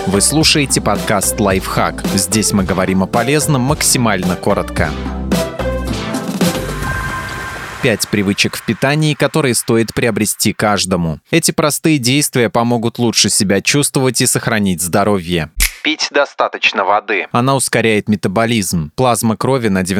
Вы слушаете подкаст «Лайфхак». Здесь мы говорим о полезном максимально коротко. 5 привычек в питании, которые стоит приобрести каждому. Эти простые действия помогут лучше себя чувствовать и сохранить здоровье. Пить достаточно воды. Она ускоряет метаболизм. Плазма крови на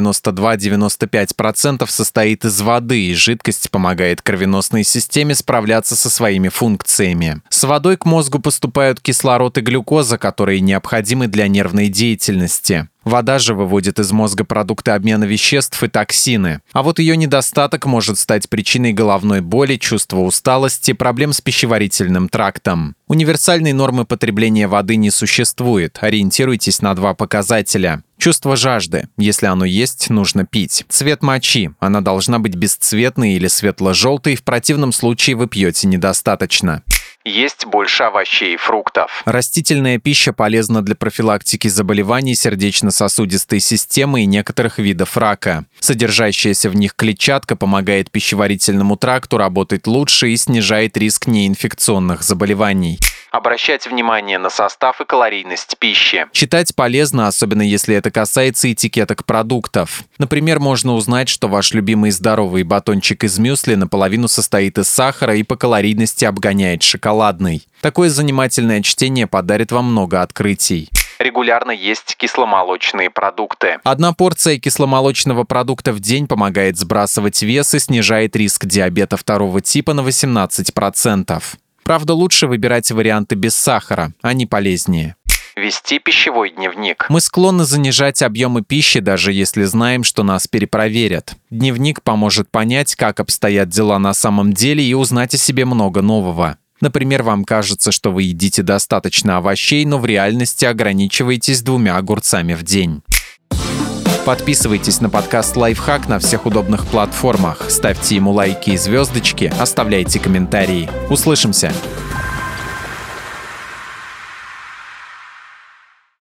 92-95% состоит из воды, и жидкость помогает кровеносной системе справляться со своими функциями. С водой к мозгу поступают кислород и глюкоза, которые необходимы для нервной деятельности. Вода же выводит из мозга продукты обмена веществ и токсины. А вот ее недостаток может стать причиной головной боли, чувства усталости, проблем с пищеварительным трактом. Универсальной нормы потребления воды не существует. Ориентируйтесь на 2 показателя. Чувство жажды. Если оно есть, нужно пить. Цвет мочи. Она должна быть бесцветной или светло-желтой, в противном случае вы пьете недостаточно. Есть больше овощей и фруктов. Растительная пища полезна для профилактики заболеваний сердечно-сосудистой системы и некоторых видов рака. Содержащаяся в них клетчатка помогает пищеварительному тракту работать лучше и снижает риск неинфекционных заболеваний. Обращать внимание на состав и калорийность пищи. Читать полезно, особенно если это касается этикеток продуктов. Например, можно узнать, что ваш любимый здоровый батончик из мюсли наполовину состоит из сахара и по калорийности обгоняет шоколадный. Такое занимательное чтение подарит вам много открытий. Регулярно есть кисломолочные продукты. 1 порция кисломолочного продукта в день помогает сбрасывать вес и снижает риск диабета 2 типа на 18%. Правда, лучше выбирать варианты без сахара, они полезнее. Вести пищевой дневник. Мы склонны занижать объемы пищи, даже если знаем, что нас перепроверят. Дневник поможет понять, как обстоят дела на самом деле, и узнать о себе много нового. Например, вам кажется, что вы едите достаточно овощей, но в реальности ограничиваетесь 2 огурцами в день. Подписывайтесь на подкаст «Лайфхак» на всех удобных платформах, ставьте ему лайки и звездочки, оставляйте комментарии. Услышимся!